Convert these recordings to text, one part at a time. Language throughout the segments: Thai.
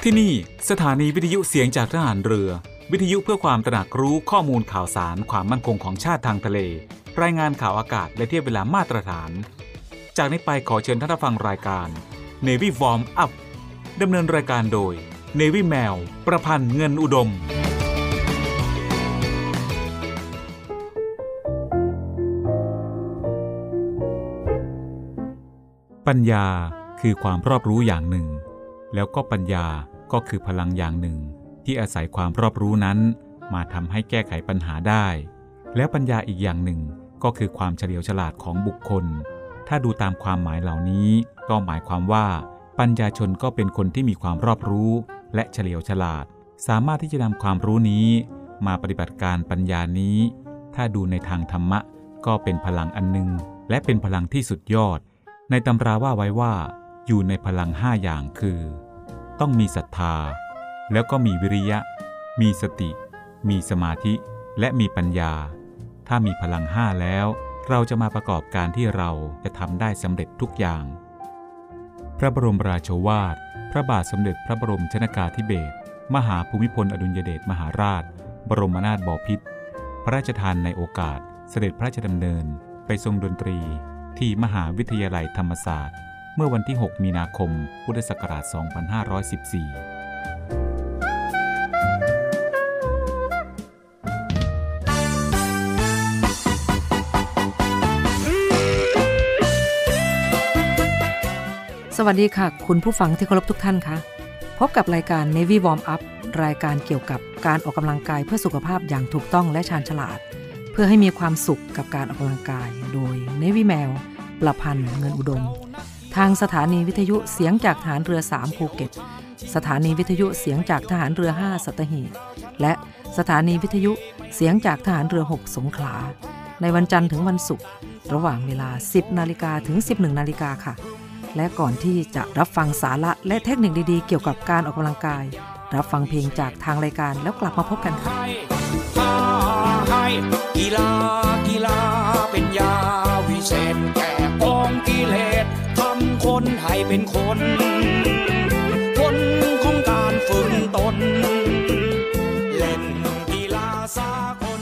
ที่นี่สถานีวิทยุเสียงจากทหารเรือวิทยุเพื่อความตระหนักรู้ข้อมูลข่าวสารความมั่นคงของชาติทางทะเลรายงานข่าวอากาศและเทียบเวลามาตรฐานจากนี้ไปขอเชิญท่านรับฟังรายการ Navy Warm Up ดำเนินรายการโดย Navy แมวประพันธ์เงินอุดมปัญญาคือความรอบรู้อย่างหนึ่งแล้วก็ปัญญาก็คือพลังอย่างหนึ่งที่อาศัยความรอบรู้นั้นมาทำให้แก้ไขปัญหาได้แล้วปัญญาอีกอย่างหนึ่งก็คือความเฉลียวฉลาดของบุคคลถ้าดูตามความหมายเหล่านี้ก็หมายความว่าปัญญาชนก็เป็นคนที่มีความรอบรู้และเฉลียวฉลาดสามารถที่จะนำความรู้นี้มาปฏิบัติการปัญญานี้ถ้าดูในทางธรรมะก็เป็นพลังอันหนึ่งและเป็นพลังที่สุดยอดในตำราว่าไว้ว่าอยู่ในพลัง5อย่างคือต้องมีศรัทธาแล้วก็มีวิริยะมีสติมีสมาธิและมีปัญญาถ้ามีพลัง5แล้วเราจะมาประกอบการที่เราจะทำได้สำเร็จทุกอย่างพระบรมราโชวาทพระบาทสมเด็จพระบรมชนกาธิเบศรมหาภูมิพลอดุลยเดชมหาราชบรมนาถบพิตรพระราชทานในโอกาสเสด็จพระราชดำเนินไปทรงดนตรีที่มหาวิทยาลัยธรรมศาสตร์เมื่อวันที่6มีนาคมพุทธศักราช2514 สวัสดีค่ะคุณผู้ฟังที่เคารพทุกท่านคะพบกับรายการ Navy Warm Up รายการเกี่ยวกับการออกกำลังกายเพื่อสุขภาพอย่างถูกต้องและชาญฉลาดเพื่อให้มีความสุขกับการออกกำลังกายโดย Navy แมวประพันธ์เงินอุดมทางสถานีวิทยุเสียงจากทหารเรือ3ภูเก็ตสถานีวิทยุเสียงจากทหารเรือ5สัตหีบและสถานีวิทยุเสียงจากทหารเรือ6สงขลาในวันจันทร์ถึงวันศุกร์ระหว่างเวลา 10:00 นถึง 11:00 นค่ะและก่อนที่จะรับฟังสาระและเทคนิคดีๆเกี่ยวกับการออกกำลังกายรับฟังเพลงจากทางรายการแล้วกลับมาพบกันค่ะกีฬาเป็นยาวิเศษแก้กองกิเลสทำคนให้เป็นคนผลของการฝึกตนเล่นกีฬาสากล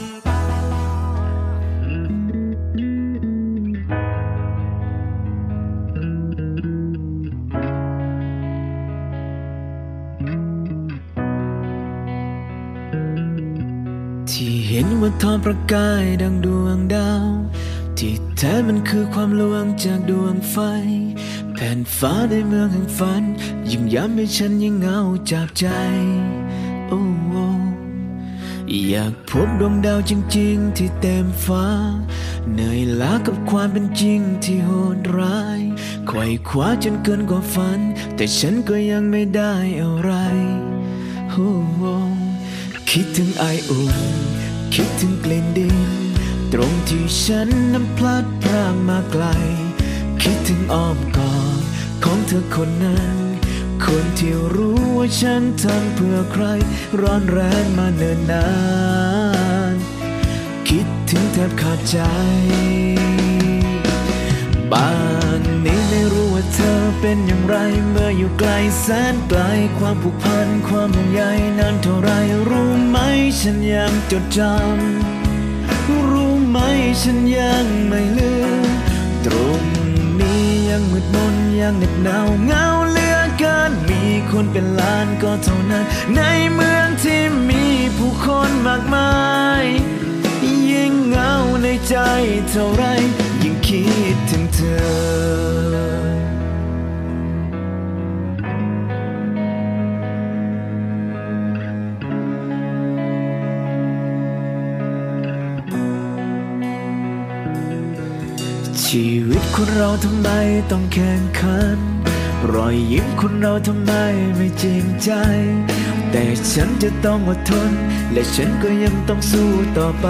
ที่เห็นว่าทอประกายดังดวงดาวที่แท้มันคือความลวงจากดวงไฟแผ่นฟ้าในเมืองแห่งฝันยิ่งย้ำให้ฉันยิ่งเหงาจับใจโอ้อยากพบดวงดาวจริงๆที่เต็มฟ้าเหนื่อยล้ากับความเป็นจริงที่โหดร้ายไขว่คว้าจนเกินกว่าฝันแต่ฉันก็ยังไม่ได้อะไรคิดถึงไออุ่นคิดถึงกลิ่นดินตรงที่ฉันนั้นพลัดพรากมาไกลคิดถึงอ้อมกอดของเธอคนนั้นคนที่รู้ว่าฉันทำเพื่อใครร้อนแรงมาเนิ่นนานคิดถึงแทบขาดใจบ้านนี้ไม่รู้ว่าเธอเป็นอย่างไรเมื่ออยู่ไกลแสนไกลความผูกพันความห่วงใยนานเท่าไรรู้ไหมฉันยังจดจำรู้ไหมฉันยังไม่ลืมตรงนี้ยังมืดมนยังเหน็บหนาวเหงาเหลือเกินมีคนเป็นล้านก็เท่านั้นในเมืองที่มีผู้คนมากมายยิ่งเหงาในใจเท่าไรยิ่งคิดถึงเธอชีวิตคนเราทำไมต้องแข่งขันรอยยิ้มคนเราทำไมไม่จริงใจแต่ฉันจะต้องอดทนและฉันก็ยังต้องสู้ต่อไป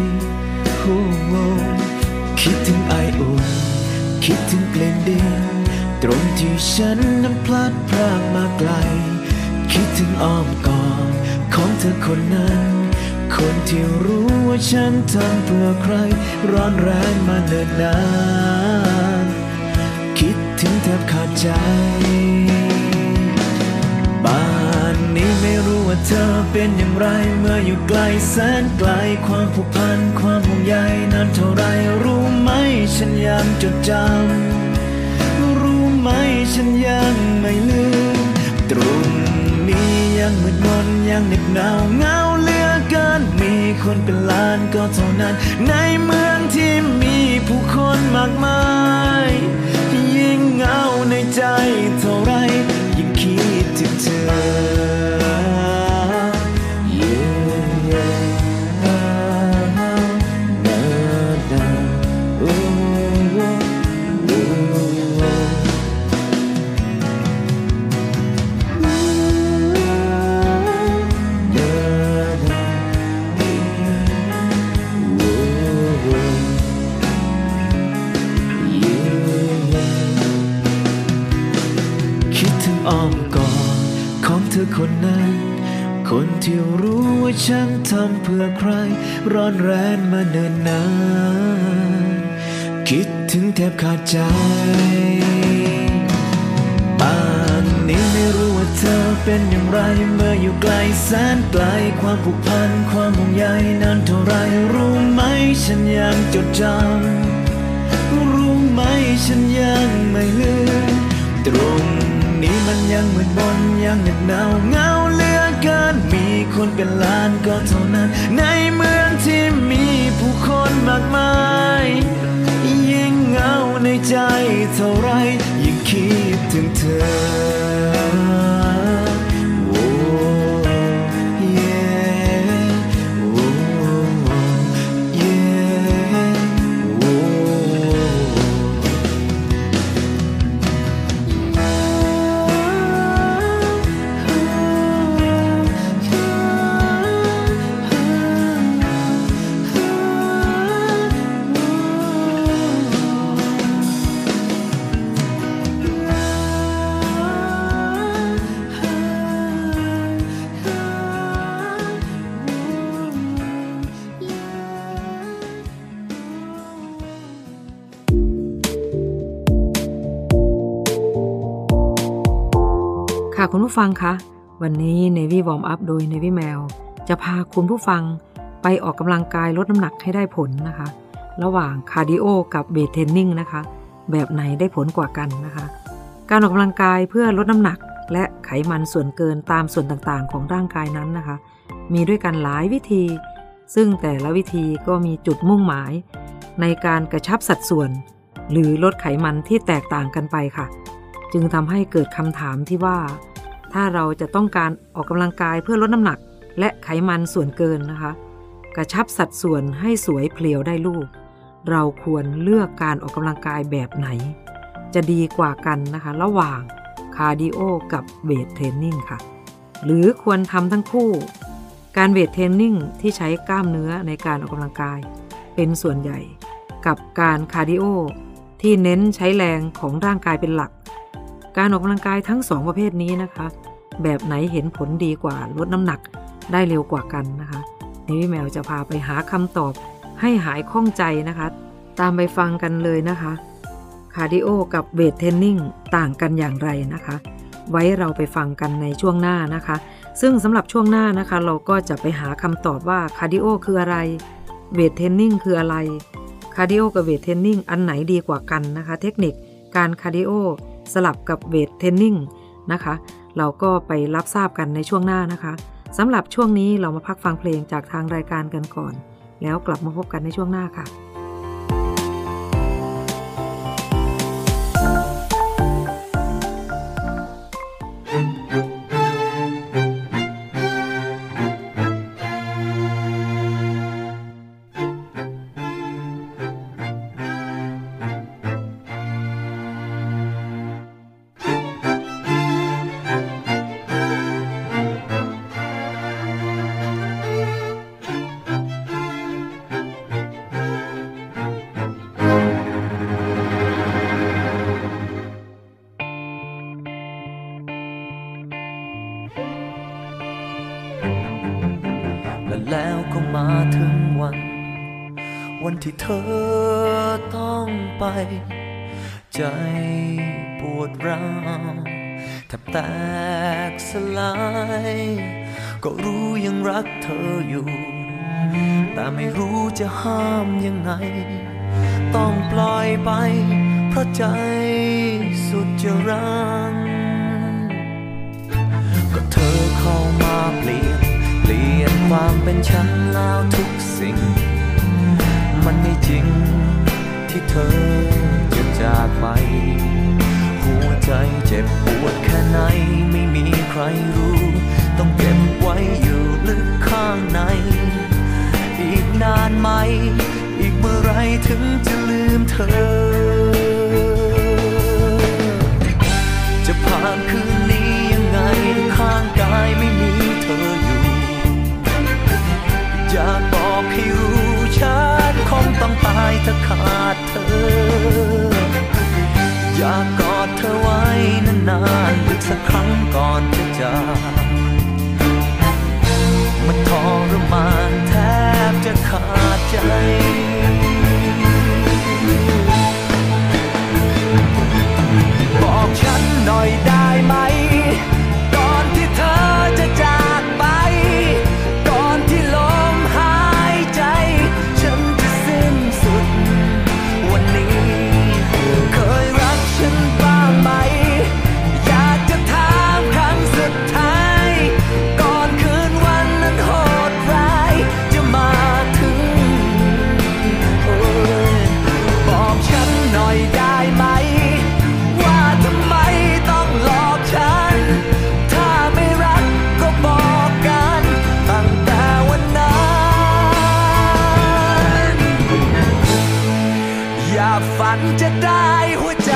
คิดถึงไออุ่นคิดถึงกลิ่นดินตรงที่ฉันนั้นพลัดพรากมาไกลคิดถึงอ้อมกอดของเธอคนนั้นคนที่รู้ว่าฉันทำเพื่อใครร้อนแรงมาเนิ่นนานคิดถึงแทบขาดใจบ้านว่าเธอเป็นอย่างไรเมื่ออยู่ไกลแสนไกลความผูกพันความห่วงใยนานเท่าไรรู้ไหมฉันยังจดจำรู้ไหมฉันยังไม่ลืมตรงนี้ยังมืดมนยังเหน็บหนาวเหงาเหลือเกินมีคนเป็นล้านก็เท่านั้นในเมืองที่มีผู้คนมากมายยิ่งเหงาในใจเท่าไรยิ่งคิดถึงเธออ้อมกอดของเธอคนนั้นคนที่รู้ว่าฉันทำเพื่อใครร้อนแรงมาเนิ่นนานคิดถึงแทบขาดใจป่านนี้ไม่รู้ว่าเธอเป็นอย่างไรเมื่ออยู่ไกลแสนไกลความผูกพันความห่วงใยนานเท่าไรรู้ไหมฉันยังจดจำรู้ไหมฉันยังไม่ลืมตรงนี้มันยังมืดมนยังเหน็บหนาวเหงาเหลือเกินมีคนเป็นล้านก็เท่านั้นในเมืองที่มีผู้คนมากมายยิ่งเหงาในใจเท่าไรยิ่งคิดถึงเธอคุณผู้ฟังคะวันนี้ Navy Warm Up โดย Navy แมวจะพาคุณผู้ฟังไปออกกำลังกายลดน้ำหนักให้ได้ผลนะคะระหว่างคาร์ดิโอกับเวทเทรนนิ่งนะคะแบบไหนได้ผลกว่ากันนะคะการออกกำลังกายเพื่อลดน้ำหนักและไขมันส่วนเกินตามส่วนต่างๆของร่างกายนั้นนะคะมีด้วยกันหลายวิธีซึ่งแต่ละวิธีก็มีจุดมุ่งหมายในการกระชับสัดส่วนหรือลดไขมันที่แตกต่างกันไปค่ะจึงทำให้เกิดคำถามที่ว่าถ้าเราจะต้องการออกกำลังกายเพื่อลดน้ำหนักและไขมันส่วนเกินนะคะกระชับสัดส่วนให้สวยเพรียวได้รูปเราควรเลือกการออกกำลังกายแบบไหนจะดีกว่ากันนะคะระหว่างคาร์ดิโอกับเวทเทรนนิ่งค่ะหรือควรทำทั้งคู่การเวทเทรนนิ่งที่ใช้กล้ามเนื้อในการออกกำลังกายเป็นส่วนใหญ่กับการคาร์ดิโอที่เน้นใช้แรงของร่างกายเป็นหลักการออกกำลังกายทั้ง2ประเภทนี้นะคะแบบไหนเห็นผลดีกว่าลดน้ำหนักได้เร็วกว่ากันนะคะNavyแมวจะพาไปหาคำตอบให้หายข้องใจนะคะตามไปฟังกันเลยนะคะคาร์ดิโอกับเวทเทรนนิ่งต่างกันอย่างไรนะคะไว้เราไปฟังกันในช่วงหน้านะคะซึ่งสำหรับช่วงหน้านะคะเราก็จะไปหาคำตอบว่าคาร์ดิโอคืออะไรเวทเทรนนิ่งคืออะไรคาร์ดิโอกับเวทเทรนนิ่งอันไหนดีกว่ากันนะคะเทคนิคการคาร์ดิโอสลับกับเวทเทรนนิ่งนะคะเราก็ไปรับทราบกันในช่วงหน้านะคะสำหรับช่วงนี้เรามาพักฟังเพลงจากทางรายการกันก่อนแล้วกลับมาพบกันในช่วงหน้าค่ะแล้วก็มาถึงวันที่เธอต้องไปใจปวดร้าวแทบแตกสลายก็รู้ยังรักเธออยู่แต่ไม่รู้จะห้ามยังไงต้องปล่อยไปเพราะใจสุดจะรังก็เธอเข้ามาเปลี่ยนความเป็นฉันแล้วทุกสิ่งมันไม่จริงที่เธอจะจากไปหัวใจเจ็บปวดแค่ไหนไม่มีใครรู้ต้องเก็บไว้อยู่ลึกข้างในอีกนานไหมอีกเมื่อไรถึงจะลืมเธอจะผ่านคืนนี้ยังไงข้างกายไม่มีเธออยู่อยากบอกให้รู้ฉันคงต้องตายถ้าขาดเธออยากกอดเธอไว้นานๆอีกสักครั้งก่อนจะจากมันทรมานแทบจะขาดใจบอกฉันหน่อยได้ไหมก่อนที่เธอจะจากไปก่อนที่ลมหายใจฉันจะสิ้นสุดวันนี้เคยรักฉันบ้างไหมอยากจะถามครั้งสุดท้ายก่อนคืนวันนั้นโหดร้ายจะมาถึงบอกฉันหน่อยได้ไหมว่าทำไมต้องหลอกฉันถ้าไม่รักก็บอกกันตั้งแต่วันนั้นอย่าฝันจะได้หัวใจ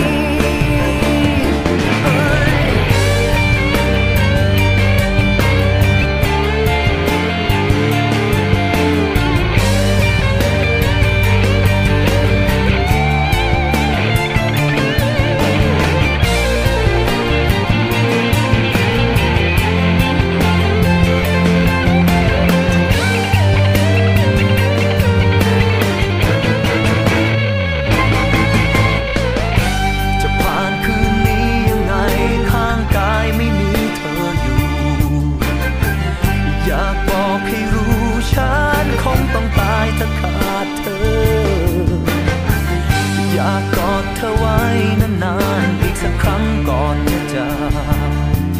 อยากกอดเธอไว้นานๆอีกสักครั้งก่อนจะจาก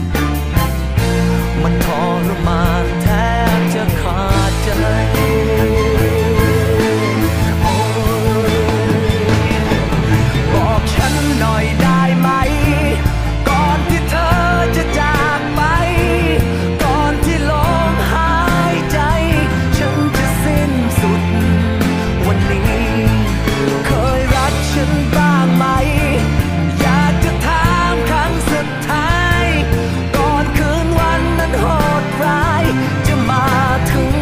มันทรมานแทบจะขาดใจบอกฉันหน่อยได้ไหมก่อนที่เธอจะจากไปก่อนที่ลมหายใจฉันจะสิ้นสุดวันนี้เคยรักฉันบ้างไหมอยากจะถามครั้งสุดท้ายก่อนคืนวันนั้นโหดร้ายจะมาถึง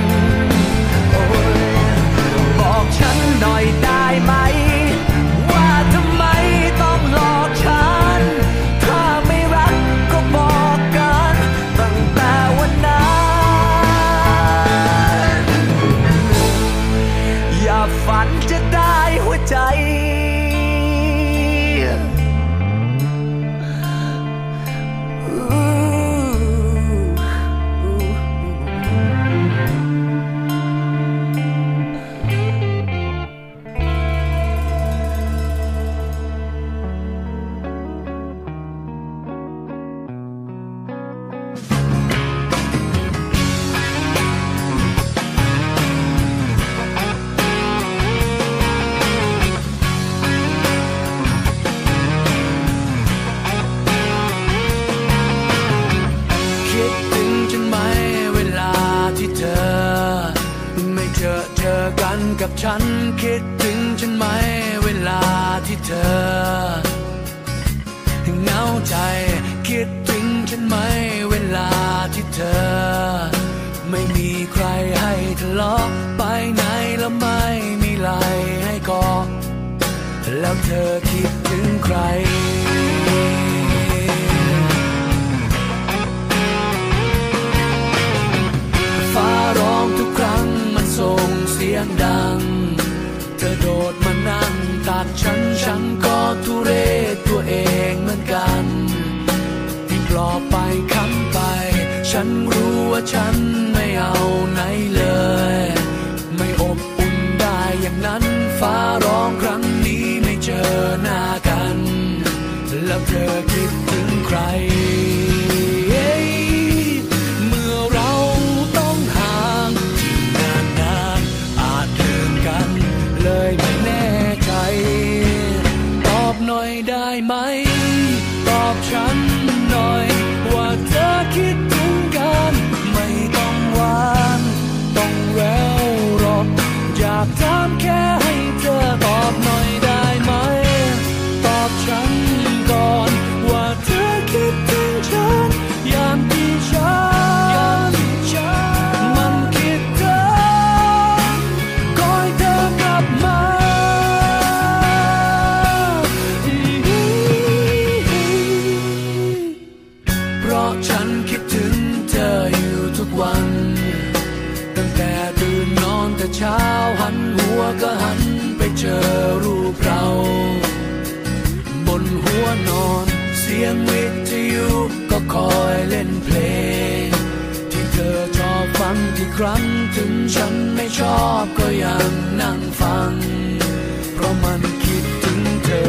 บอกฉันหน่อยได้ไหมว่าทำไมต้องหลอกฉันถ้าไม่รักก็บอกกันตั้งแต่วันนั้นอย่าฝันจะได้หัวใจกับฉันคิดถึงฉันไหมเวลาที่เธอเหงาใจคิดถึงฉันไหมเวลาที่เธอไม่มีใครให้ทะเลาะไปไหนแล้วไม่มีไหลให้กอดแล้วเธอคิดถึงใครฟ้าร้องทุกครั้งมันส่งเสียงดังเธอโดดมานั่งตัดฉันก็ทุเรศตัวเองเหมือนกันที่ปลอบไปค้ำไปฉันรู้ฉันไม่เอาไหนเลยไม่อบอุ่นได้อย่างนั้นฟ้าร้องครั้งนี้ไม่เจอหน้ากันแล้วเธอคิดถึงใครเมื่อเราต้องห่างที่นานๆอาจลืมกันเลยไม่แน่ใจตอบหน่อยได้ไหมตอบฉันหน่อยว่าเธอคิดถึงกันไม่ต้องหวานต้องแววหรอกอยากถามแค่ให้เธอตอบหน่อยได้ไหมตอบฉันก่อนว่าเธอคิดถึงฉันอย่างที่ฉันมันคิดถึงคอยเธอกลับมาเพราะฉันคิดถึงเธออยู่ทุกวันตั้งแต่ตื่นนอนแต่เช้าหันหัวก็หันไปเจอรูปเราบนหัวนอนเสียงวิทยุก็คอยเล่นเพลงที่เธอชอบฟังที่ครั้งถึงฉันไม่ชอบก็ยังนั่งฟังเพราะมันคิดถึงเธอ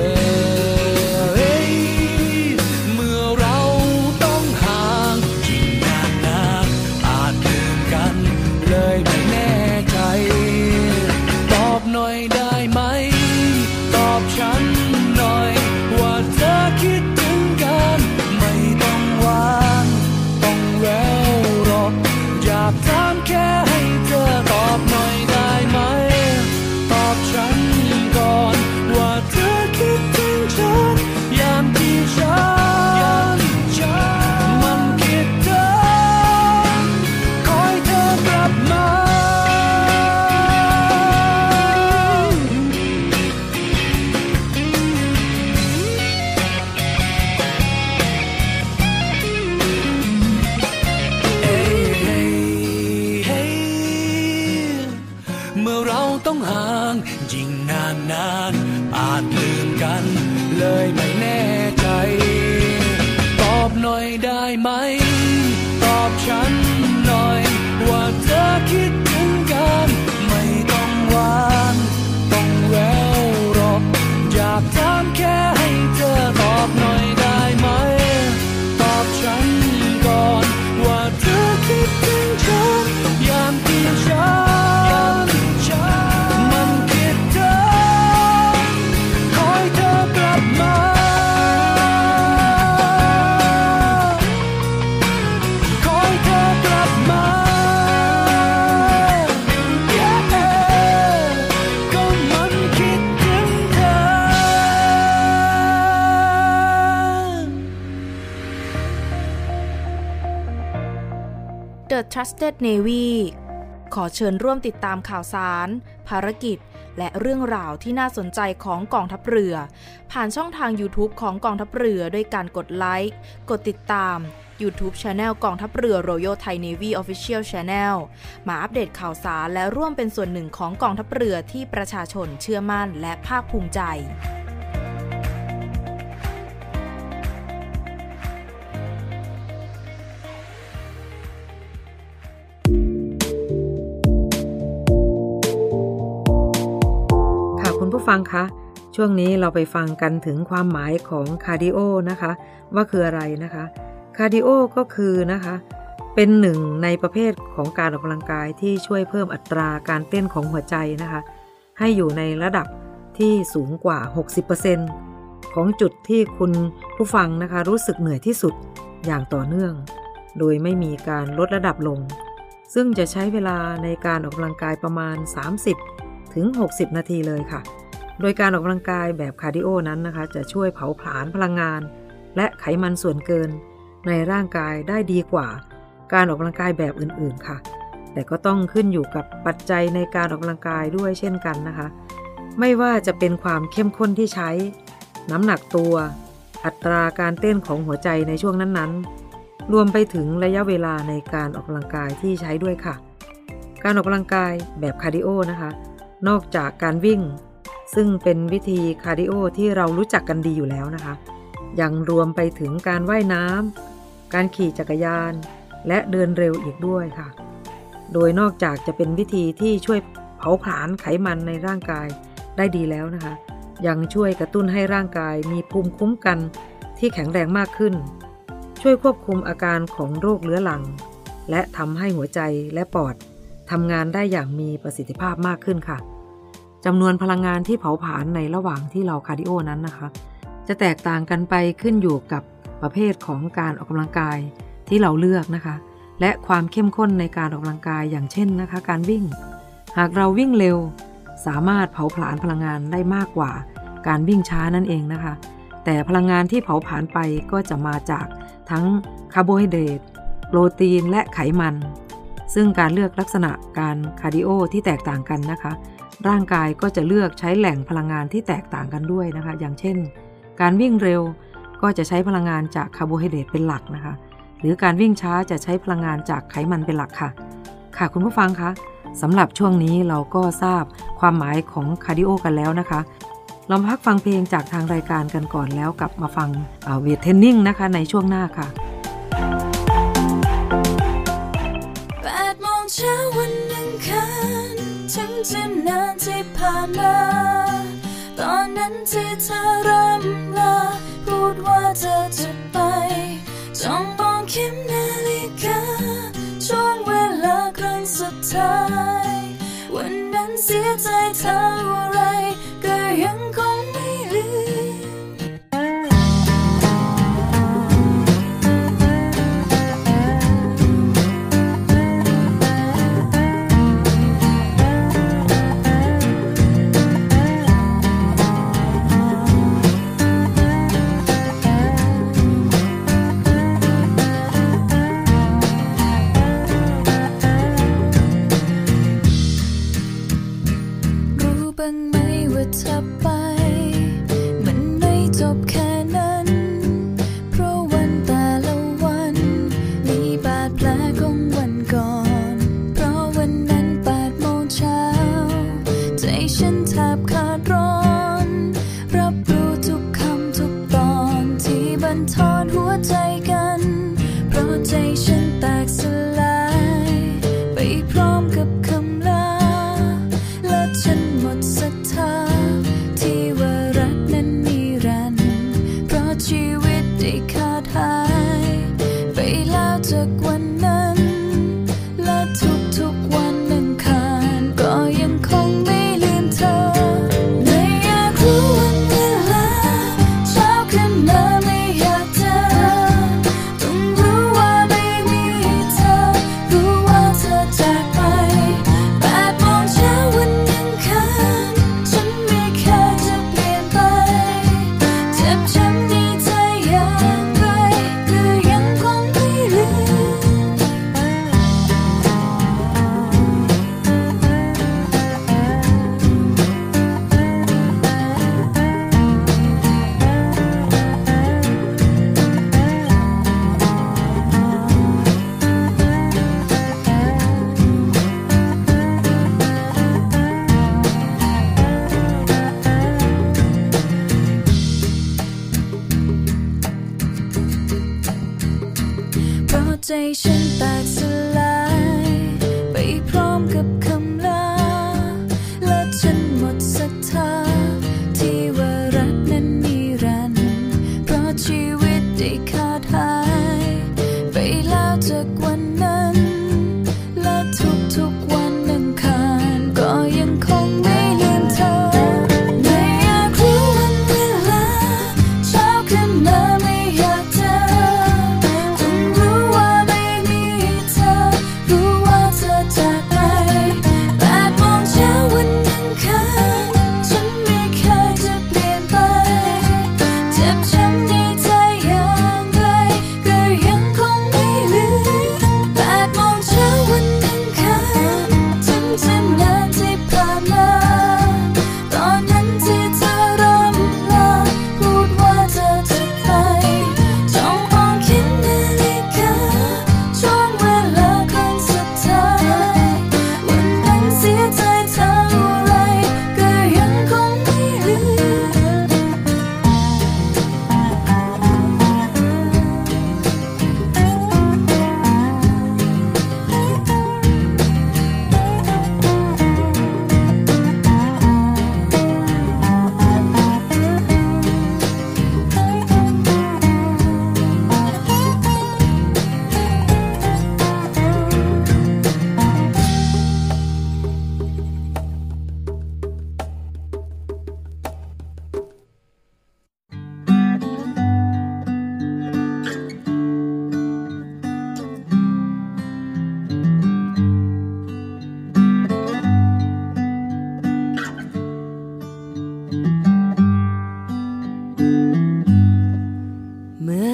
เมื่อเราต้องห่างยิ่งนานๆอาจลืมกันเลยไม่แน่ใจตอบหน่อยได้ไหมตอบฉันหน่อยว่าเธอคิดถึงกันไม่ต้องหวานต้องแววหรอกอยากถามแค่ให้เธอตอบหน่อยได้ไหมตอบฉันก่อนว่าเธอคิดถึงฉันอย่างที่ฉันมันคิดถึงคอยเธอกลับมาเมื่อเราต้องห่างยิ่งนานอาจลืมกันเลยไม่แน่ใจตอบหน่อยได้ไหมตอบฉันหน่อยว่าเธอคิดถึงกันไม่ต้องหวานต้องแววหรอกอยากถามแค่ให้เธอตอบหน่อยได้ไหมตอบฉันก่อนว่าเธอคิดถึงฉันอย่างที่ฉันมันคิดถึงคอยเธอกลับมาคอยเธอกลับมาก็มันคิดถึงเธอ The Trusted Navy ขอเชิญร่วมติดตามข่าวสารภารกิจและเรื่องราวที่น่าสนใจของกองทัพเรือผ่านช่องทาง YouTube ของกองทัพเรือด้วยการกดไลค์กดติดตาม YouTube Channel กองทัพเรือ Royal Thai Navy Official Channel มาอัปเดตข่าวสารและร่วมเป็นส่วนหนึ่งของกองทัพเรือที่ประชาชนเชื่อมั่นและภาคภูมิใจผู้ฟังคะช่วงนี้เราไปฟังกันถึงความหมายของคาร์ดิโอนะคะว่าคืออะไรนะคะคาร์ดิโอก็คือนะคะเป็นหนึ่งในประเภทของการออกกำลังกายที่ช่วยเพิ่มอัตราการเต้นของหัวใจนะคะให้อยู่ในระดับที่สูงกว่า 60% ของจุดที่คุณผู้ฟังนะคะรู้สึกเหนื่อยที่สุดอย่างต่อเนื่องโดยไม่มีการลดระดับลงซึ่งจะใช้เวลาในการออกกำลังกายประมาณ30-60 นาทีเลยค่ะโดยการออกกำลังกายแบบคาร์ดิโอนั้นนะคะจะช่วยเผาผลาญพลังงานและไขมันส่วนเกินในร่างกายได้ดีกว่าการออกกำลังกายแบบอื่นๆค่ะแต่ก็ต้องขึ้นอยู่กับปัจจัยในการออกกำลังกายด้วยเช่นกันนะคะไม่ว่าจะเป็นความเข้มข้นที่ใช้น้ำหนักตัวอัตราการเต้นของหัวใจในช่วงนั้นๆรวมไปถึงระยะเวลาในการออกกำลังกายที่ใช้ด้วยค่ะการออกกำลังกายแบบคาร์ดิโอนะคะนอกจากการวิ่งซึ่งเป็นวิธีคาร์ดิโอที่เรารู้จักกันดีอยู่แล้วนะคะยังรวมไปถึงการว่ายน้ำการขี่จักรยานและเดินเร็วอีกด้วยค่ะโดยนอกจากจะเป็นวิธีที่ช่วยเผาผลาญไขมันในร่างกายได้ดีแล้วนะคะยังช่วยกระตุ้นให้ร่างกายมีภูมิคุ้มกันที่แข็งแรงมากขึ้นช่วยควบคุมอาการของโรคเรื้อรังและทำให้หัวใจและปอดทำงานได้อย่างมีประสิทธิภาพมากขึ้นค่ะจำนวนพลังงานที่เผาผลาญในระหว่างที่เราคาร์ดิโอนั้นนะคะจะแตกต่างกันไปขึ้นอยู่กับประเภทของการออกกำลังกายที่เราเลือกนะคะและความเข้มข้นในการออกกำลังกายอย่างเช่นนะคะการวิ่งหากเราวิ่งเร็วสามารถเผาผลาญพลังงานได้มากกว่าการวิ่งช้านั่นเองนะคะแต่พลังงานที่เผาผลาญไปก็จะมาจากทั้งคาร์โบไฮเดรตโปรตีนและไขมันซึ่งการเลือกลักษณะการคาร์ดิโอที่แตกต่างกันนะคะร่างกายก็จะเลือกใช้แหล่งพลังงานที่แตกต่างกันด้วยนะคะอย่างเช่นการวิ่งเร็วก็จะใช้พลังงานจากคาร์โบไฮเดรตเป็นหลักนะคะหรือการวิ่งช้าจะใช้พลังงานจากไขมันเป็นหลักค่ะค่ะคุณผู้ฟังคะสำหรับช่วงนี้เราก็ทราบความหมายของคาร์ดิโอกันแล้วนะคะเราพักฟังเพลงจากทางรายการกันก่อนแล้วกลับมาฟังเวทเทรนนิ่งนะคะในช่วงหน้าค่ะ 8 โมงเช้าวันอังคารถึงจะนานที่ผ่านมาตอนนั้นที่เธอร่ำลาพูดว่าเธอจะไปจ้องมองเข็มนาฬิกาช่วงเวลาครั้งสุดท้ายวันนั้นเสียใจเท่าไรก็ยังคงไม่ลืมบ้างไหมว่าเธอไปมันไม่จบแค่นั้นเพราะวันแต่ละวันมีบาดแผลของวันก่อนเพราะวันนั้น8 โมงเช้าใจฉันแทบขาดร้อนรับรู้ทุกคำทุกตอนที่บั่นทอนหัวใจกันเพราะใจฉันแตกสลายไปพร้อมกับคำลาและฉันหมดศรัทธาที่ว่ารักนั้นนิรันดร์เพราะชีวิตได้ขาดหายไปแล้วจากวันนั้นและทุกๆวันอังคารก็ยังคงไม่ลืมเธอไม่อยากรู้วันเวลาเช้าขึ้นมาไม่อยากเจอต้องรู้ว่าไม่มีเธอรู้ว่าเธอจากไป8 โมงเช้าวันอังคารฉันไม่เคยจะเปลี่ยนไปเจ็บช้ำในใจอย่างไรคือยังคงไม่ลืมเพราะใจฉันแตกสลายไปพร้อมกับคำลาและฉันหมดศรัทธาที่ว่ารักนั้นนิรันดร์เพราะชีวิตได้ขาดหายไปแล้วจากวันนั้นและทุกๆวันอังคารก็ยังคงไม่ลืมเธอไม่อยากรู้วันเวลาเช้าขึ้นมาไม่อยากเจอต้องรู้ว่าไม่มีเธอรู้ว่าเธอจากไป8 โมงเช้าวันอังคารฉันไม่เคยจะเปลี่ยนไปเจ็บช้ำในใจอย่างไร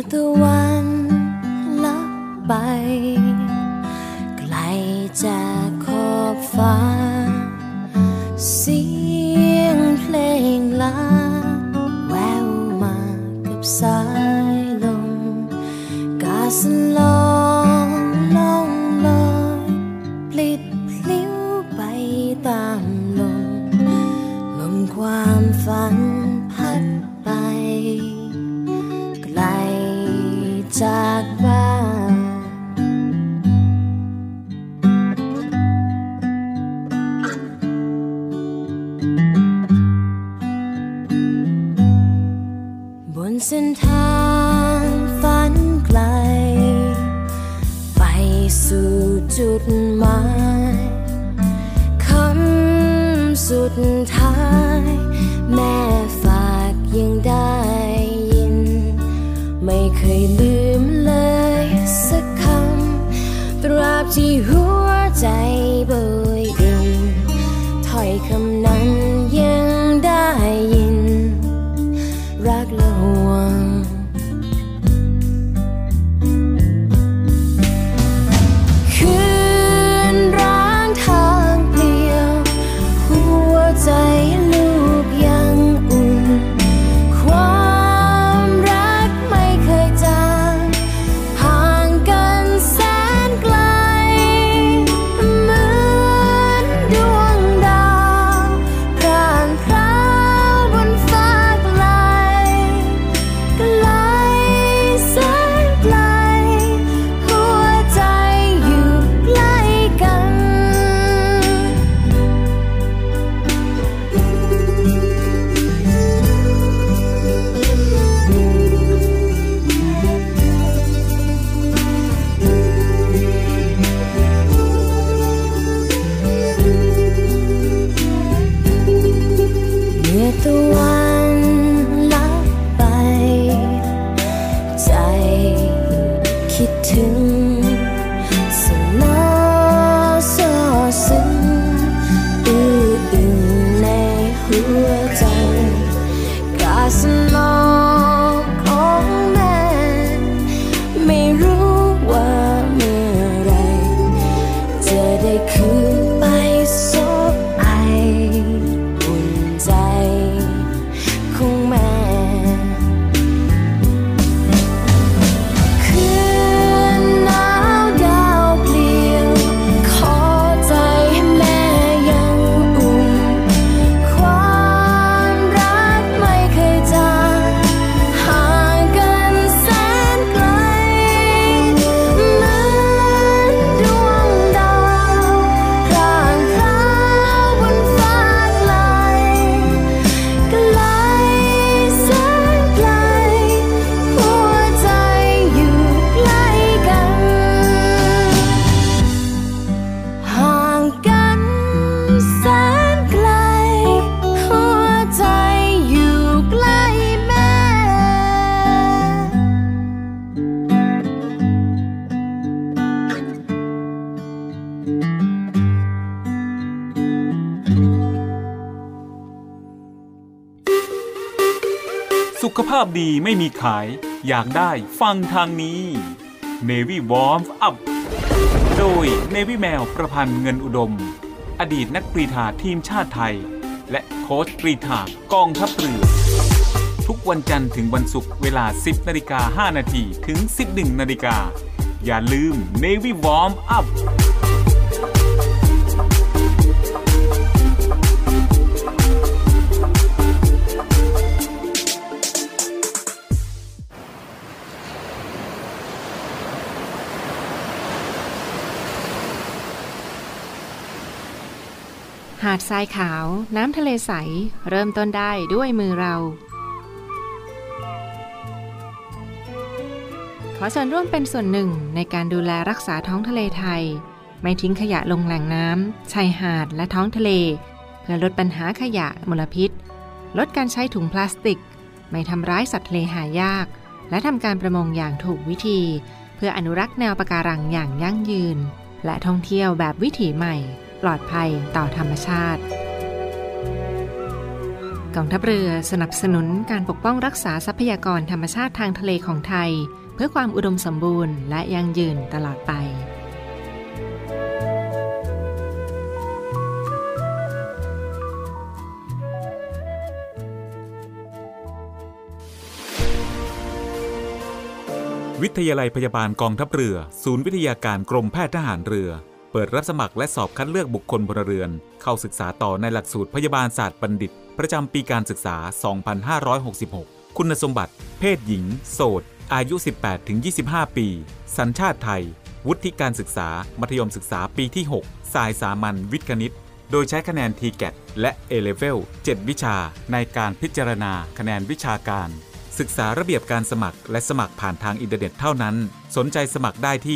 ตะวันลับไปไกลจากขอบฟ้าเสียงเพลงลาแววมากับสายลมกาสลองล่องลอยปลิดพลิ้วไปตามลมความฝันพัดไปไกลจากบ้านบนเส้นทางฝันไกลไปสู่จุดหมายคำสุดท้ายแม่ฝากยังได้ยินไม่เคยลืมเลยสักคำตราบที่หัวใจโบยบินถ้อยคำนั้นยังได้ยินรักและห่วงคืนร้างทางเปลี่ยวหัวใจลูกยังอุ่นความรักไม่เคยจางห่างกันแสนไกลเหมือนดวงดาวพร่างพราวบนฟ้าไกลไกลแสนไกลหัวใจอยู่ใกล้กันเมื่อตะวันลับไปใจคิดถึงสนอซอซึ้งอื้ออึงในหัวใจกาสลองของแม่ไม่รู้ว่าเมื่อไรจะได้คืนไปซบไออุ่นใจของแม่คืนหนาวดาวเปลี่ยวขอใจให้แม่ยังอุ่นความรักไม่เคยจางห่างกันแสนไกลเหมือนดวงดาวพร่างพราวบนฟ้าไกลไกลแสนไกลหัวใจอยู่ใกล้กันห่างกันแสนไกลหัวใจอยู่ใกล้แม่สุขภาพดีไม่มีขายอยากได้ฟังทางนี้ Navy Warm Up โดย Navy แมวประพันธ์เงินอุดมอดีตนักกรีฑาทีมชาติไทยและโค้ชกรีฑากองทัพเรือทุกวันจันทร์ถึงวันศุกร์เวลา 10:05 นถึง 11:00 นอย่าลืม Navy Warm Up หาดทรายขาวน้ำทะเลใสเริ่มต้นได้ด้วยมือเรา ขอส่วนร่วมเป็นส่วนหนึ่งในการดูแลรักษาท้องทะเลไทยไม่ทิ้งขยะลงแหล่งน้ำชายหาดและท้องทะเลเพื่อลดปัญหาขยะมลพิษลดการใช้ถุงพลาสติกไม่ทำร้ายสัตว์ทะเลหายากและทำการประมงอย่างถูกวิธีเพื่ออนุรักษ์แนวปะการังอย่างยั่งยืนและท่องเที่ยวแบบวิถีใหม่ปลอดภัยต่อธรรมชาติกองทัพเรือสนับสนุนการปกป้องรักษาทรัพยากรธรรมชาติทางทะเลของไทยเพื่อความอุดมสมบูรณ์และยั่งยืนตลอดไปวิทยาลัยพยาบาลกองทัพเรือศูนย์วิทยาการกรมแพทย์ทหารเรือเปิดรับสมัครและสอบคัดเลือกบุคคลพลเรือนเข้าศึกษาต่อในหลักสูตรพยาบาลศาสตร์บัณฑิตประจำปีการศึกษา 2566 คุณสมบัติเพศหญิงโสดอายุ 18-25 ปีสัญชาติไทยวุฒิการศึกษามัธยมศึกษาปีที่ 6 สายสามัญวิทย์คณิตโดยใช้คะแนน TGAT และ A-Level 7 วิชาในการพิจารณาคะแนนวิชาการศึกษาระเบียบการสมัครและสมัครผ่านทางอินเทอร์เน็ตเท่านั้นสนใจสมัครได้ที่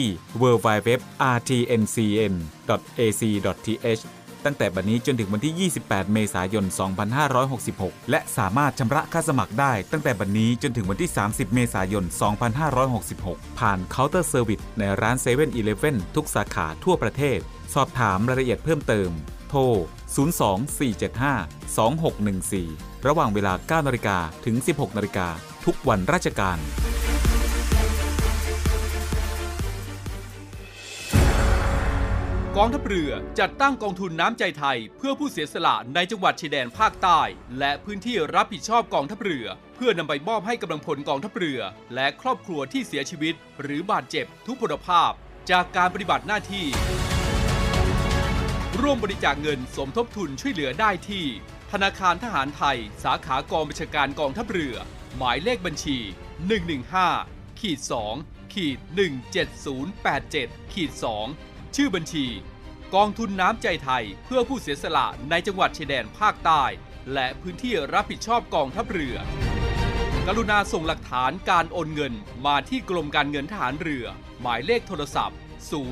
www.rtncn.ac.th ตั้งแต่บัดนี้จนถึงวันที่ 28 เมษายน 2566 และสามารถชำระค่าสมัครได้ตั้งแต่บัดนี้จนถึงวันที่ 30 เมษายน 2566 ผ่านเคาน์เตอร์เซอร์วิสในร้าน 7-Eleven ทุกสาขาทั่วประเทศสอบถามรายละเอียดเพิ่มเติมโทร 024752614 ระหว่างเวลา 9 นาฬิกาถึง 16 นาฬิกาทุกวันราชการกองทัพเรือจัดตั้งกองทุนน้ำใจไทยเพื่อผู้เสียสละในจังหวัดชายแดนภาคใต้และพื้นที่รับผิดชอบกองทัพเรือเพื่อนำไปมอบให้กำลังพลกองทัพเรือและครอบครัวที่เสียชีวิตหรือบาดเจ็บทุพพลภาพจากการปฏิบัติหน้าที่ร่วมบริจาคเงินสมทบทุนช่วยเหลือได้ที่ธนาคารทหารไทยสาขากองบัญชาการกองทัพเรือหมายเลขบัญชี 115-2-17087-2 ชื่อบัญชีกองทุนน้ำใจไทยเพื่อผู้เสียสละในจังหวัดชายแดนภาคใต้และพื้นที่รับผิดชอบกองทัพเรือกรุณาส่งหลักฐานการโอนเงินมาที่กรมการเงินทหารเรือหมายเลขโทรศัพท์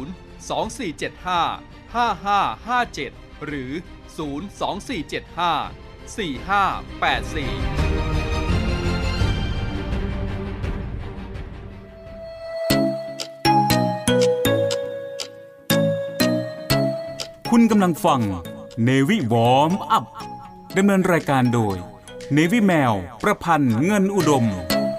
024755557 หรือ 024754584 คุณกำลังฟัง Navy Warm Up ดำเนินรายการโดย Navy แมวประพันธ์เงินอุดม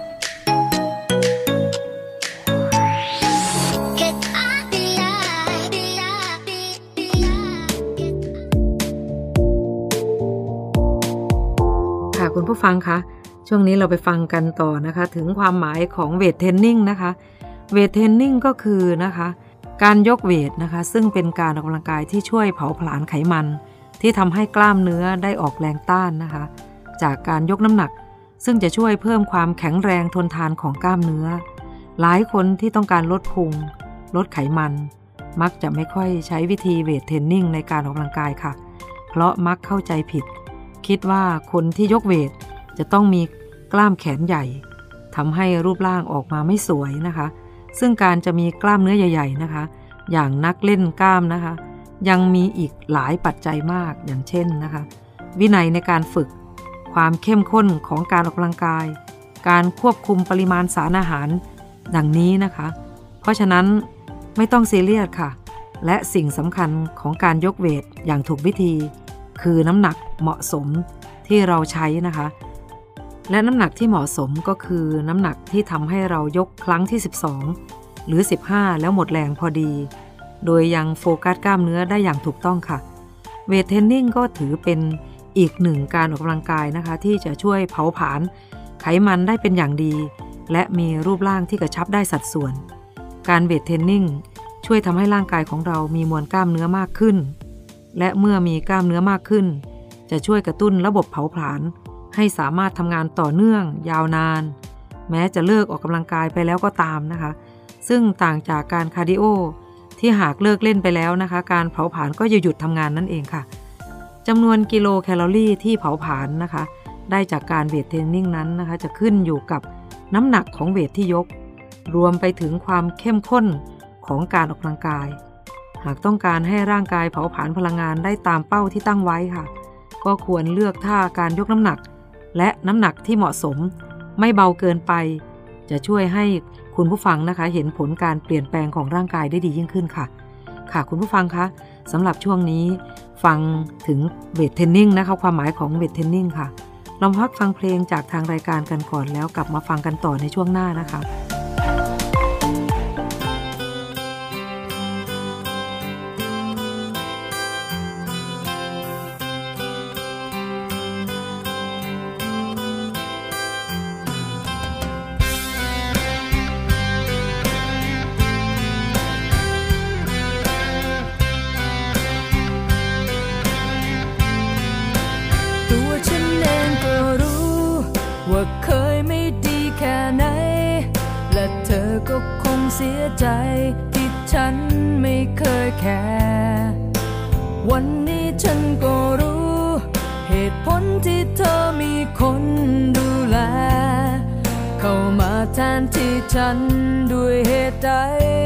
ค่ะคุณผู้ฟังคะช่วงนี้เราไปฟังกันต่อนะคะถึงความหมายของเวทเทรนนิ่งนะคะเวทเทรนนิ่งก็คือนะคะการยกเวทนะคะซึ่งเป็นการออกกำลังกายที่ช่วยเผาผลาญไขมันที่ทำให้กล้ามเนื้อได้ออกแรงต้านนะคะจากการยกน้ำหนักซึ่งจะช่วยเพิ่มความแข็งแรงทนทานของกล้ามเนื้อหลายคนที่ต้องการลดพุงลดไขมันมักจะไม่ค่อยใช้วิธีเวทเทรนนิ่งในการออกกำลังกายค่ะเพราะมักเข้าใจผิดคิดว่าคนที่ยกเวทจะต้องมีกล้ามแขนใหญ่ทำให้รูปร่างออกมาไม่สวยนะคะซึ่งการจะมีกล้ามเนื้อใหญ่ๆนะคะอย่างนักเล่นกล้ามนะคะยังมีอีกหลายปัจจัยมากอย่างเช่นนะคะวินัยในการฝึกความเข้มข้นของการออกกำลังกายการควบคุมปริมาณสารอาหารดังนี้นะคะเพราะฉะนั้นไม่ต้องซีเรียสค่ะและสิ่งสำคัญของการยกเวทอย่างถูกวิธีคือน้ำหนักเหมาะสมที่เราใช้นะคะและน้ำหนักที่เหมาะสมก็คือน้ำหนักที่ทำให้เรายกครั้งที่12หรือ15แล้วหมดแรงพอดีโดยยังโฟกัสกล้ามเนื้อได้อย่างถูกต้องค่ะเวทเทรนนิ่งก็ถือเป็นอีกหนึ่งการออกกำลังกายนะคะที่จะช่วยเผาผลาญไขมันได้เป็นอย่างดีและมีรูปร่างที่กระชับได้สัดส่วนการเวทเทรนนิ่งช่วยทำให้ร่างกายของเรามีมวลกล้ามเนื้อมากขึ้นและเมื่อมีกล้ามเนื้อมากขึ้นจะช่วยกระตุ้นระบบเผาผลาญให้สามารถทำงานต่อเนื่องยาวนานแม้จะเลิกออกกำลังกายไปแล้วก็ตามนะคะซึ่งต่างจากการคาร์ดิโอที่หากเลิกเล่นไปแล้วนะคะการเผาผลาญก็จะหยุดทำงานนั่นเองค่ะจำนวนกิโลแคลอรี่ที่เผาผลาญนะคะได้จากการเวทเทรนนิ่งนั้นนะคะจะขึ้นอยู่กับน้ำหนักของเวทที่ยกรวมไปถึงความเข้มข้นของการออกกำลังกายหากต้องการให้ร่างกายเผาผลาญพลังงานได้ตามเป้าที่ตั้งไว้ค่ะก็ควรเลือกท่าการยกน้ำหนักและน้ำหนักที่เหมาะสมไม่เบาเกินไปจะช่วยให้คุณผู้ฟังนะคะเห็นผลการเปลี่ยนแปลงของร่างกายได้ดียิ่งขึ้นค่ะค่ะคุณผู้ฟังคะสำหรับช่วงนี้ฟังถึงเวทเทรนนิ่งนะคะความหมายของเวทเทรนนิ่งค่ะเราพักฟังเพลงจากทางรายการกันก่อนแล้วกลับมาฟังกันต่อในช่วงหน้านะคะก็คงเสียใจที่ฉันไม่เคยแคร์วันนี้ฉันก็รู้เหตุผลที่เธอมีคนดูแลเข้ามาแทนที่ฉันด้วยเหตุใด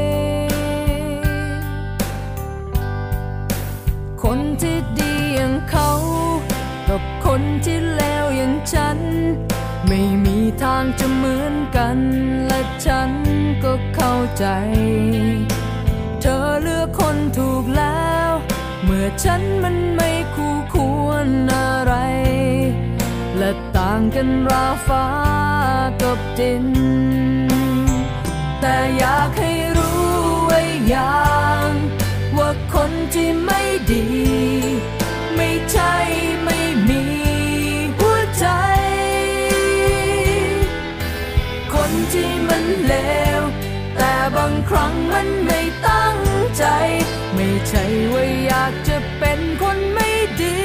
คนที่ดีอย่างเขากับคนที่เลวอย่างฉันไม่มีทางจะเหมือนกันและฉันก็เข้าใจเธอเลือกคนถูกแล้วเมื่อฉันมันไม่คู่ควรอะไรและต่างกันราวฟ้ากับดินแต่อยากให้รู้ไว้อย่างว่าคนที่ไม่ดีไม่ใช่ไม่มีหัวใจคนที่มันเลวแต่บางครั้งมันไม่ตั้งใจไม่ใช่ว่าอยากจะเป็นคนไม่ดี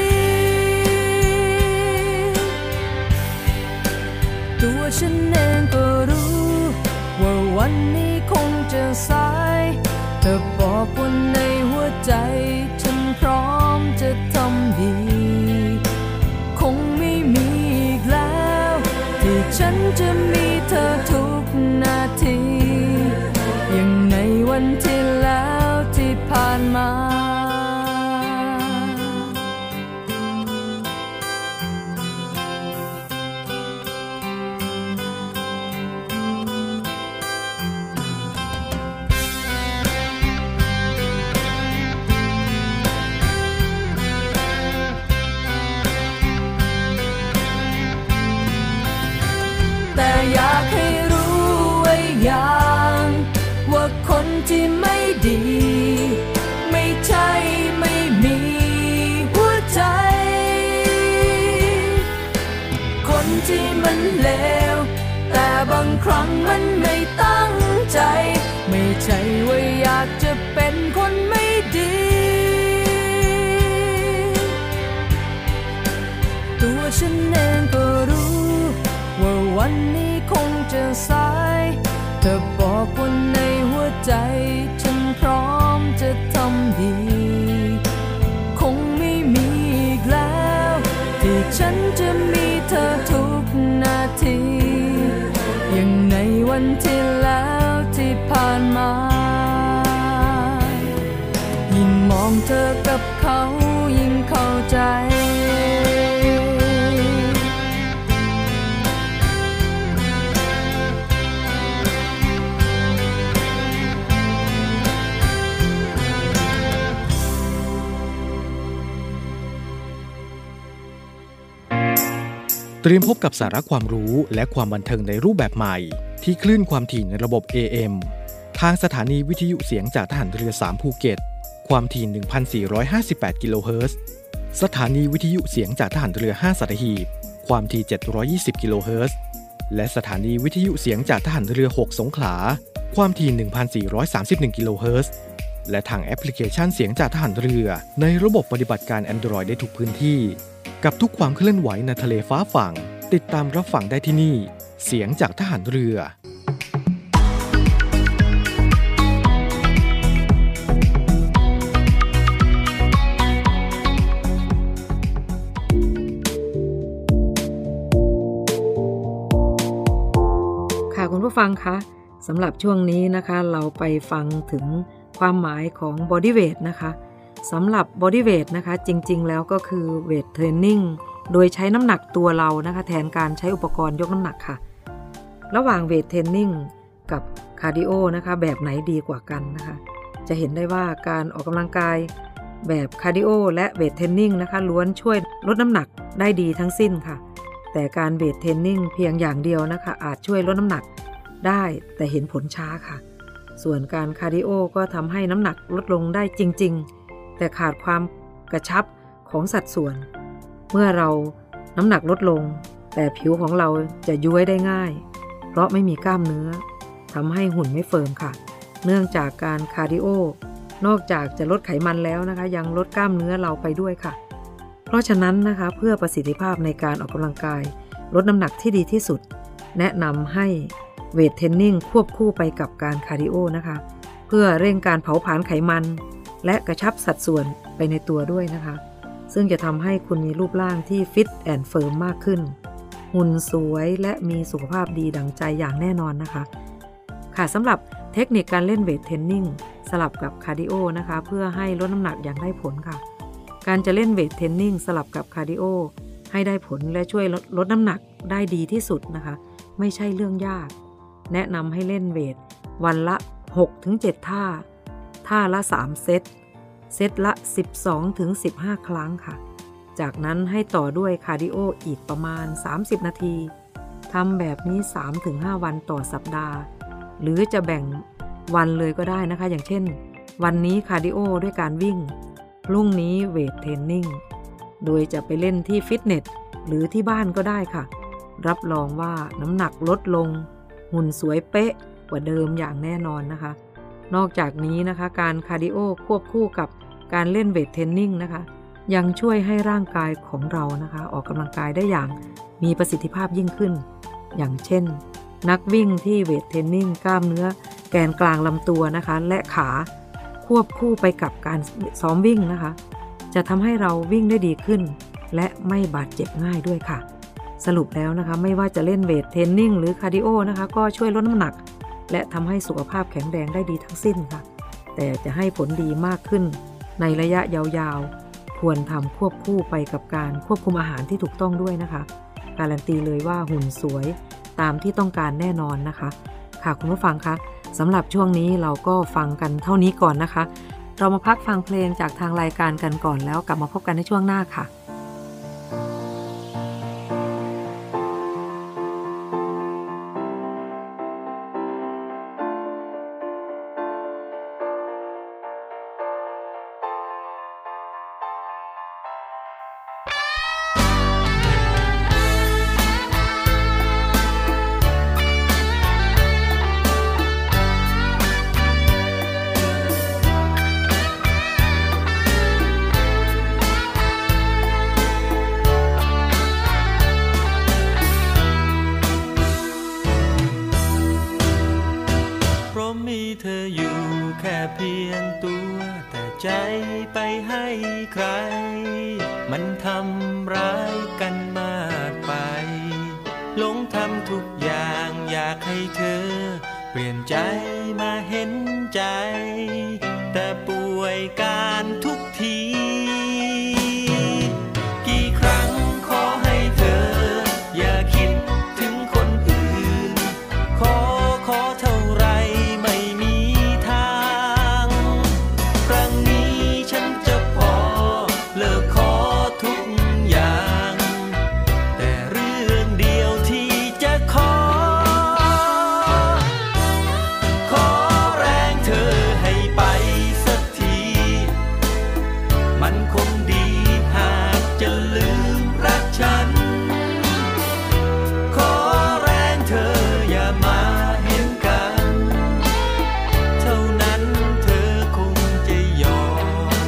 ตัวฉันเองก็รู้ว่าวันนี้คงจะสายเธอบอกว่าในหัวใจฉันพร้อมจะทำดีคงไม่มีอีกแล้วที่ฉันจะมีเธอทุกนาทีอย่างในวันที่แล้วที่ผ่านมาแต่อยากให้รู้ไว้อย่างว่าคนที่ไม่ดีไม่ใช่ไม่มีหัวใจคนที่มันเลวแต่บางครั้งมันไม่ตั้งใจไม่ใช่ว่าอยากจะเป็นคนไม่ดีตัวฉันเองก็รู้ว่าวันนี้คงจะสายเธอบอกว่าในหัวใจฉันพร้อมจะทำดีคงไม่มีอีกแล้วที่ฉันจะมีเธอทุกนาทีอย่างในวันที่แล้วที่ผ่านมายิ่งมองเธอกับเขายิ่งเข้าใจเตรียมพบกับสาระความรู้และความบันเทิงในรูปแบบใหม่ที่คลื่นความถี่ในระบบ AM ทางสถานีวิทยุเสียงจากทหารเรือ3ภูเก็ตความถี่ 1,458 กิโลเฮิรตซ์สถานีวิทยุเสียงจากทหารเรือ5สัตหีบความถี่720กิโลเฮิรตซ์และสถานีวิทยุเสียงจากทหารเรือ6สงขลาความถี่ 1,431 กิโลเฮิรตซ์และทางแอปพลิเคชันเสียงจากทหารเรือในระบบปฏิบัติการ Android ได้ทุกพื้นที่กับทุกความเคลื่อนไหวในทะเลฟ้าฝั่งติดตามรับฟังได้ที่นี่เสียงจากทหารเรือค่ะคุณผู้ฟังคะสำหรับช่วงนี้นะคะเราไปฟังถึงความหมายของ body weight นะคะสำหรับ body weight นะคะจริงๆแล้วก็คือ weight training โดยใช้น้ำหนักตัวเรานะคะแทนการใช้อุปกรณ์ยกน้ำหนักค่ะระหว่าง weight training กับ cardio นะคะแบบไหนดีกว่ากันนะคะจะเห็นได้ว่าการออกกำลังกายแบบ cardio และ weight training นะคะล้วนช่วยลดน้ำหนักได้ดีทั้งสิ้นค่ะแต่การเวทเทรนนิ่งเพียงอย่างเดียวนะคะอาจช่วยลดน้ำหนักได้แต่เห็นผลช้าค่ะส่วนการคาร์ดิโอก็ทำให้น้ำหนักลดลงได้จริงๆแต่ขาดความกระชับของสัดส่วนเมื่อเราน้ำหนักลดลงแต่ผิวของเราจะย้วยได้ง่ายเพราะไม่มีกล้ามเนื้อทำให้หุ่นไม่เฟิร์มค่ะเนื่องจากการคาร์ดิโอนอกจากจะลดไขมันแล้วนะคะยังลดกล้ามเนื้อเราไปด้วยค่ะเพราะฉะนั้นนะคะเพื่อประสิทธิภาพในการออกกำลังกายลดน้ำหนักที่ดีที่สุดแนะนำให้เวทเทรนนิ่งควบคู่ไปกับการคาร์ดิโอนะคะเพื่อเร่งการเผาผลาญไขมันและกระชับสัดส่วนไปในตัวด้วยนะคะซึ่งจะทำให้คุณมีรูปร่างที่ฟิตแอนด์เฟิร์มมากขึ้นหุ่นสวยและมีสุขภาพดีดังใจอย่างแน่นอนนะคะค่ะสำหรับเทคนิคการเล่นเวทเทรนนิ่งสลับกับคาร์ดิโอนะคะเพื่อให้ลดน้ำหนักอย่างได้ผลค่ะการจะเล่นเวทเทรนนิ่งสลับกับคาร์ดิโอให้ได้ผลและช่วยลดน้ำหนักได้ดีที่สุดนะคะไม่ใช่เรื่องยากแนะนำให้เล่นเวทวันละ 6-7 ท่าละ3เซตละ 12-15 ครั้งค่ะจากนั้นให้ต่อด้วยคาร์ดิโออีกประมาณ30นาทีทำแบบนี้ 3-5 วันต่อสัปดาห์หรือจะแบ่งวันเลยก็ได้นะคะอย่างเช่นวันนี้คาร์ดิโอด้วยการวิ่งพรุ่งนี้เวทเทรนนิ่งโดยจะไปเล่นที่ฟิตเนสหรือที่บ้านก็ได้ค่ะรับรองว่าน้ำหนักลดลงหุ่นสวยเป๊ะกว่าเดิมอย่างแน่นอนนะคะนอกจากนี้นะคะการคาร์ดิโอควบคู่กับการเล่นเวทเทรนนิ่งนะคะยังช่วยให้ร่างกายของเรานะคะออกกำลังกายได้อย่างมีประสิทธิภาพยิ่งขึ้นอย่างเช่นนักวิ่งที่เวทเทรนนิ่งกล้ามเนื้อแกนกลางลำตัวนะคะและขาควบคู่ไปกับการซ้อมวิ่งนะคะจะทำให้เราวิ่งได้ดีขึ้นและไม่บาดเจ็บง่ายด้วยค่ะสรุปแล้วนะคะไม่ว่าจะเล่นเวทเทรนนิ่งหรือคาร์ดิโอนะคะก็ช่วยลดน้ำหนักและทำให้สุขภาพแข็งแรงได้ดีทั้งสิ้นค่ะแต่จะให้ผลดีมากขึ้นในระยะยาวๆควรทำควบคู่ไปกับการควบคุมอาหารที่ถูกต้องด้วยนะคะการันตีเลยว่าหุ่นสวยตามที่ต้องการแน่นอนนะคะค่ะคุณผู้ฟังคะสำหรับช่วงนี้เราก็ฟังกันเท่านี้ก่อนนะคะเรามาพักฟังเพลงจากทางรายการกันก่อนแล้วกลับมาพบกันในช่วงหน้าค่ะเธออยู่แค่เพียงตัวแต่ใจไปให้ใครมันทำร้ายกันมากไปหลงทำทุกอย่างอยากให้เธอเปลี่ยนใจมาเห็นใจแต่ป่วยการทุกทีกี่ครั้งขอให้เธออย่าคิดถึงคนอื่นขอเท่าไรไม่มีทางครั้งนี้ฉันจะพอเลิกขอทุกอย่างแต่เรื่องเดียวที่จะขอแรงเธอให้ไปสักทีมันคงดีหากจะลืมรักฉันขอแรงเธออย่ามาเห็นกันเท่านั้นเธอคงจะยอม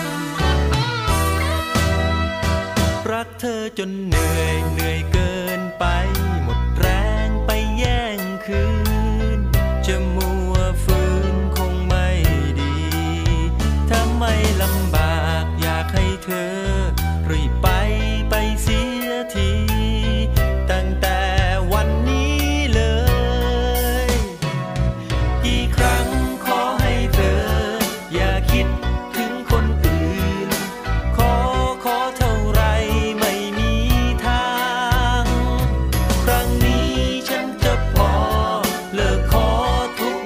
รักเธอจนเหนื่อยเกินไปหมดแรงไปแย่งคืนจะมัวฝืนคงไม่ดีถ้าไม่ลำบากอยากให้เธอรีบไปเสียทีตั้งแต่วันนี้เลยกี่ครั้งขอให้เธออย่าคิดถึงคนอื่นขอเท่าไรไม่มีทางครั้งนี้ฉันจะพอเลิกขอทุก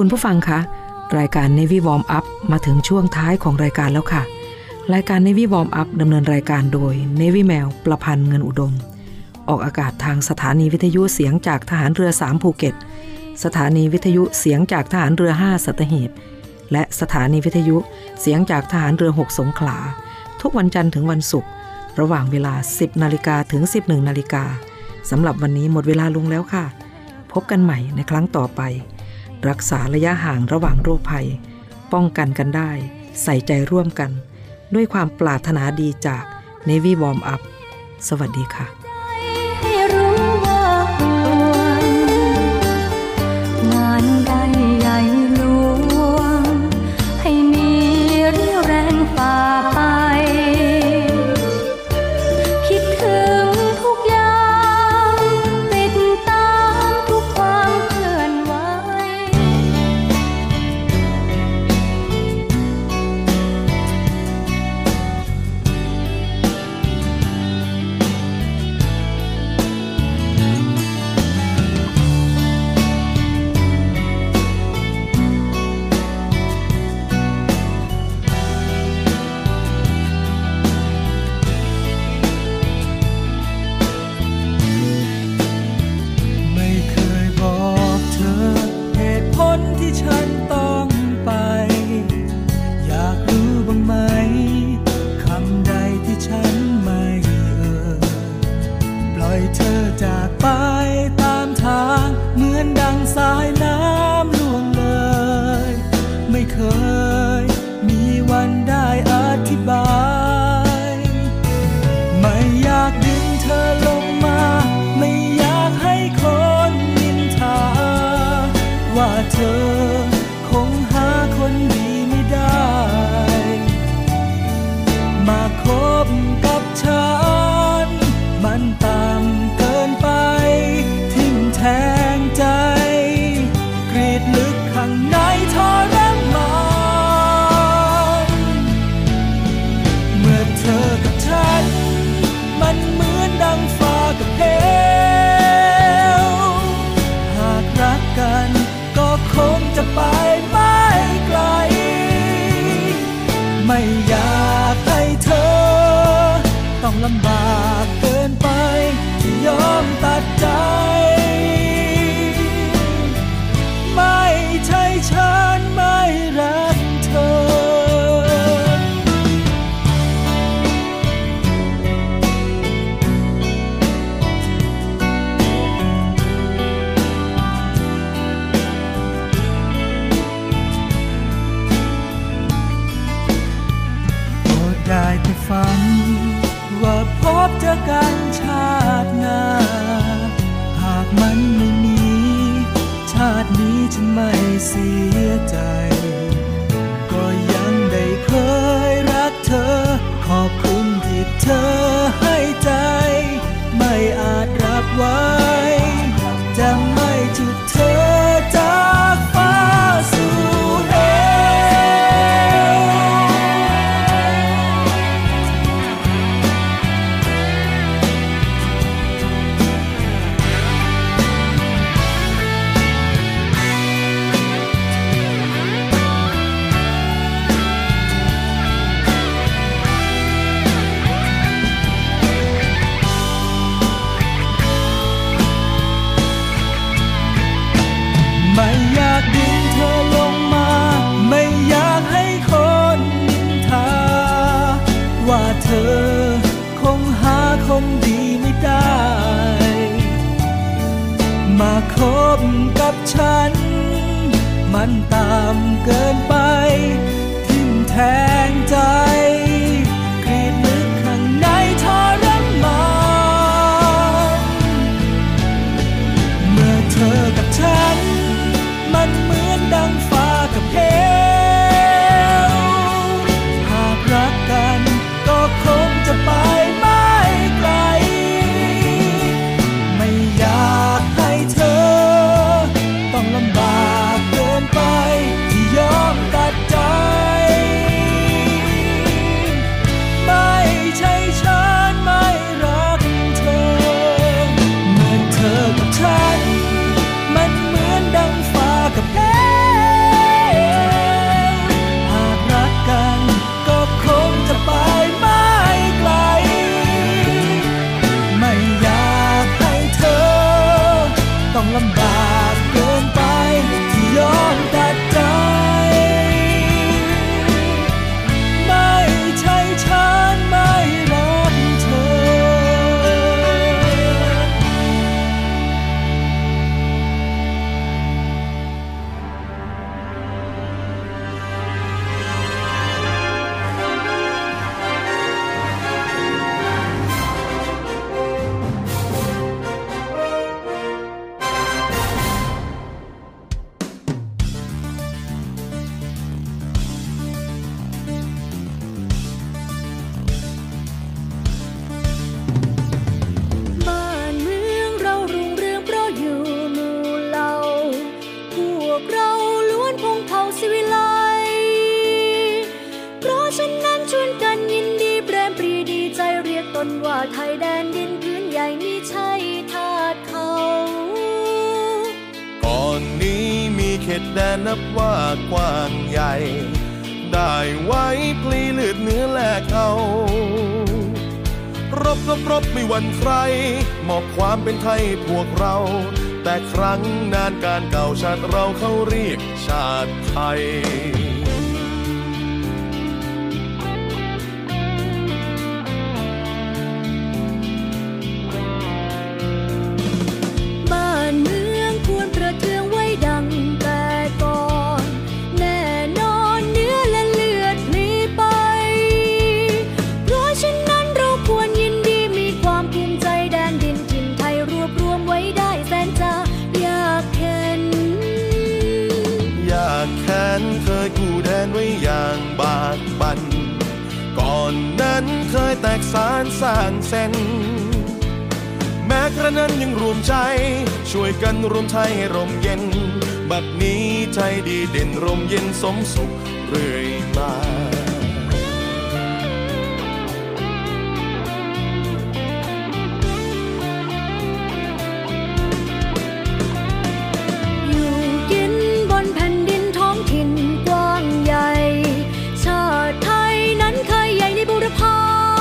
คุณผู้ฟังคะรายการ Navy Warm Up มาถึงช่วงท้ายของรายการแล้วค่ะรายการ Navy Warm Up ดำเนินรายการโดย Navy แมวประพันธ์เงินอุดมออกอากาศทางสถานีวิทยุเสียงจากทหารเรือ3ภูเก็ตสถานีวิทยุเสียงจากทหารเรือ5สัตหีบและสถานีวิทยุเสียงจากทหารเรือ6สงขลาทุกวันจันทร์ถึงวันศุกร์ระหว่างเวลา 10 นาฬิกาถึง 11 นาฬิกาสำหรับวันนี้หมดเวลาลงแล้วค่ะพบกันใหม่ในครั้งต่อไปรักษาระยะห่างระหว่างโรคภัยป้องกันกันได้ใส่ใจร่วมกันด้วยความปรารถนาดีจาก Navy Warm Up สวัสดีค่ะให้รู้ว่าห่วงงานใดใหญ่หลวงให้มีเรี่ยวแรงฝ่าไปคิดถึงทุกอย่างติดตามทุกความเคลื่อนไหวลำบากเกินไปที่ยอมตัดใจไม่ใช่ฉันไม่รักเธอโปรดได้แต่ฝันว่าพบเจอกันชาติหน้าหากมันไม่มีชาตินี้ฉันไม่เสียใจก็ยังได้เคยรักเธอขอบคุณที่เธอให้ใจไม่อาจรับไว้จะไม่จุดเธอจากฟ้าสู่เหวไม่อยากดึงเธอลงมาไม่อยากให้คนนินทาว่าเธอคงหาคนดีไม่ได้มาคบกับฉันมันตามเกินไปทิ่มแทงใจกรีดลึกข้างในทรมานเมื่อเธอกับฉันมันเหมือนดังฟ้ากับเหวหากรักกันก็คงจะไปไม่ไกลไม่อยากให้เธอต้องลำบากเกินไปที่ยอมตัดใจตแดนนับว่ากว้างใหญ่ได้ไว้พลีเลือดเนื้อแลกเอารบไม่หวั่นใครมอบความเป็นไทยพวกเราแต่ครั้งนานการเก่าชาติเราเขาเรียกชาติไทยบ้านเมืองควรประเทืองไว้ดังแต่ก่อนแน่นอนเนื้อและเลือดหนีไปเพราะฉะนั้นเราควรยินดีมีความภูมิใจแดนดินถิ่นไทยรวบรวมไว้ได้แสนจะยากเข็นอยากแค้นเคยกู้แดนไว้อย่างบากบั่นก่อนนั้นเคยแตกสานสร้างเส้นแม้กระนั้นยังรวมใจช่วยกันรวมไทยให้ร่มเย็นบัดนี้ไทยดีเด่นร่มเย็นสมสุขเรื่อยมาอยู่กินบนแผ่นดินท้องถิ่นกว้างใหญ่ชาติไทยนั้นเคยใหญ่ในบูรพา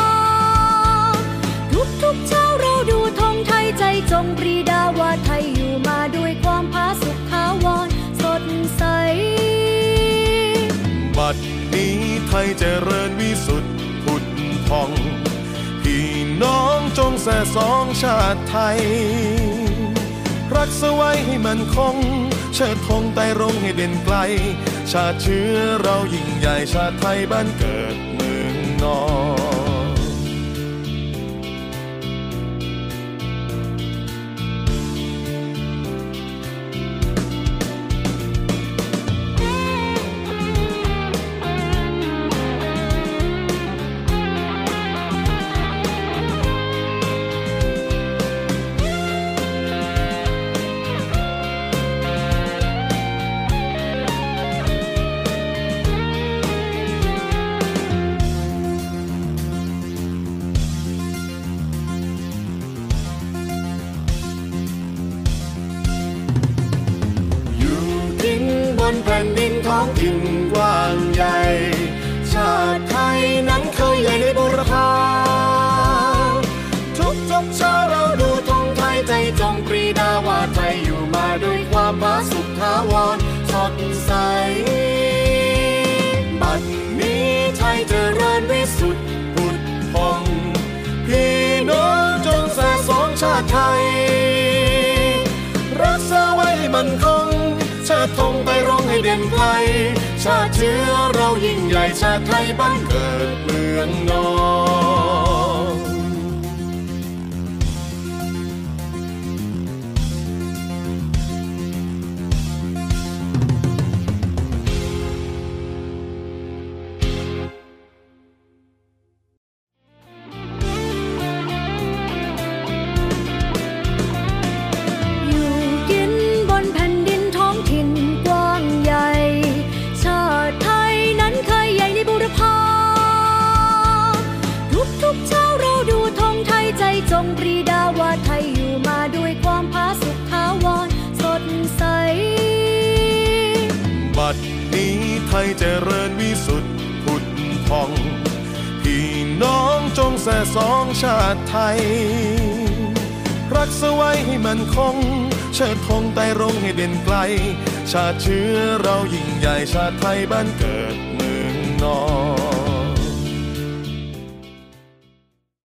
ทุกเช้าเราดูธงไทยใจจงปรีดาว่าไทยอยู่มาด้วยความผาสุกถาวรสดใสบัดนี้ไทยเจริญวิสุทธิ์ผุดพองพี่น้องจงแส่สองชาติไทยรักษาไว้ให้มันคงเชิดธงไต่รงให้เด่นไกลชาติเชื้อเรายิ่งใหญ่ชาติไทยบ้านเกิดเมืองนอนแผ่นดินท้องถิ่นกว้างใหญ่ชาติไทยนั้นเคยใหญ่ในบูรพาทุกเช้าเราดูธงไทยใจจงปรีดาว่าไทยอยู่มาด้วยความผาสุกถาวรสดใสบัดนี้ไทยเจริญวิสุทธิ์ผุดพองพี่น้องจงแส่สองชาติไทยรักษาไว้ให้มันคงเชิดธงไปร้องให้เด่นไกลชาติเชื้อเรายิ่งใหญ่ชาติไทยบ้านเกิดเมืองนอนจงปรีดาว่าไทยอยู่มาด้วยความผาสุกถาวรสดใสบัดนี้ไทยเจริญวิสุทธิ์ผุดพองพี่น้องจงแส่สองชาติไทยรักษาไว้ให้มันคงเชิดธงไต่รงให้เด่นไกลชาติเชื้อเรายิ่งใหญ่ชาติไทยบ้านเกิดเมืองนอน